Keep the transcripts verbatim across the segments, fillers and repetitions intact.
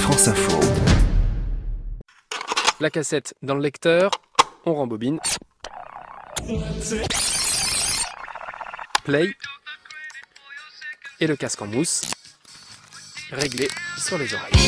France Info. La cassette dans le lecteur, on rembobine. Play. Et le casque en mousse, réglé sur les oreilles.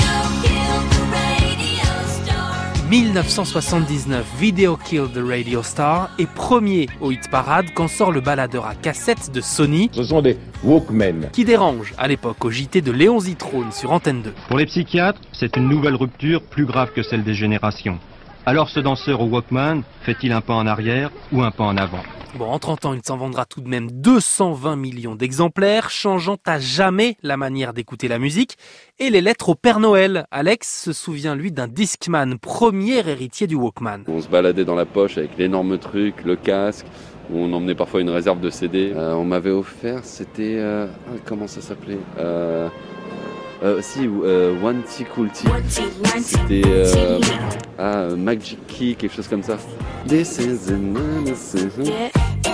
dix-neuf cent soixante-dix-neuf, Video Killed the Radio Star est premier au hit parade quand sort le baladeur à cassette de Sony. Ce sont des Walkmen. Qui dérange à l'époque au J T de Léon Zitrone sur Antenne deux. Pour les psychiatres, c'est une nouvelle rupture plus grave que celle des générations. Alors ce danseur au Walkman fait-il un pas en arrière ou un pas en avant ? Bon, en trente ans, il s'en vendra tout de même deux cent vingt millions d'exemplaires, changeant à jamais la manière d'écouter la musique et les lettres au Père Noël. Alex se souvient, lui, d'un Discman, premier héritier du Walkman. On se baladait dans la poche avec l'énorme truc, le casque, où on emmenait parfois une réserve de C D. Euh, on m'avait offert, c'était... Euh, comment ça s'appelait euh, euh, Si, euh, One T Cool T. C'était... Euh, ah, Magic Key, quelque chose comme ça. This is a...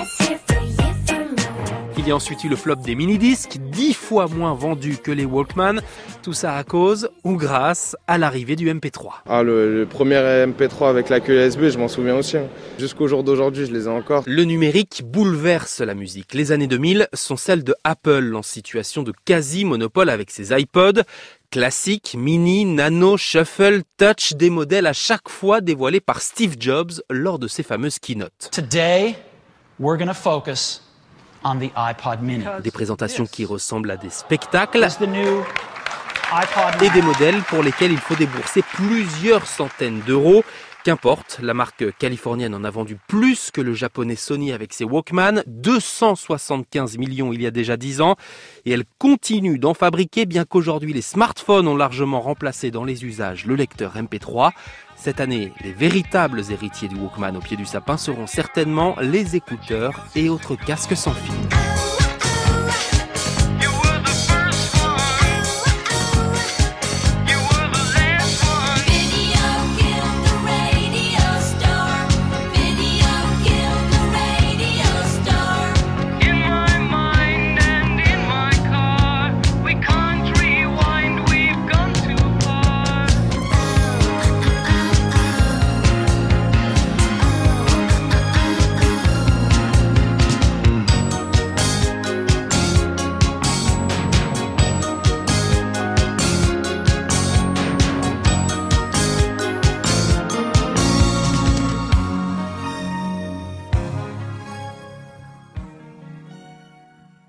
Il y a ensuite eu le flop des mini-disques, dix fois moins vendus que les Walkman. Tout ça à cause ou grâce à l'arrivée du M P trois. Ah, le, le premier M P trois avec la queue U S B, je m'en souviens aussi. Hein. Jusqu'au jour d'aujourd'hui, je les ai encore. Le numérique bouleverse la musique. Les années deux mille sont celles de Apple, en situation de quasi-monopole avec ses iPods. Classique, mini, nano, shuffle, touch, des modèles à chaque fois dévoilés par Steve Jobs lors de ses fameuses keynotes. Today, we're gonna focus on the iPod mini. Des présentations qui ressemblent à des spectacles et des modèles pour lesquels il faut débourser plusieurs centaines d'euros. Qu'importe, la marque californienne en a vendu plus que le japonais Sony avec ses Walkman, deux cent soixante-quinze millions il y a déjà dix ans, et elle continue d'en fabriquer bien qu'aujourd'hui les smartphones ont largement remplacé dans les usages le lecteur M P trois. Cette année, les véritables héritiers du Walkman au pied du sapin seront certainement les écouteurs et autres casques sans fil.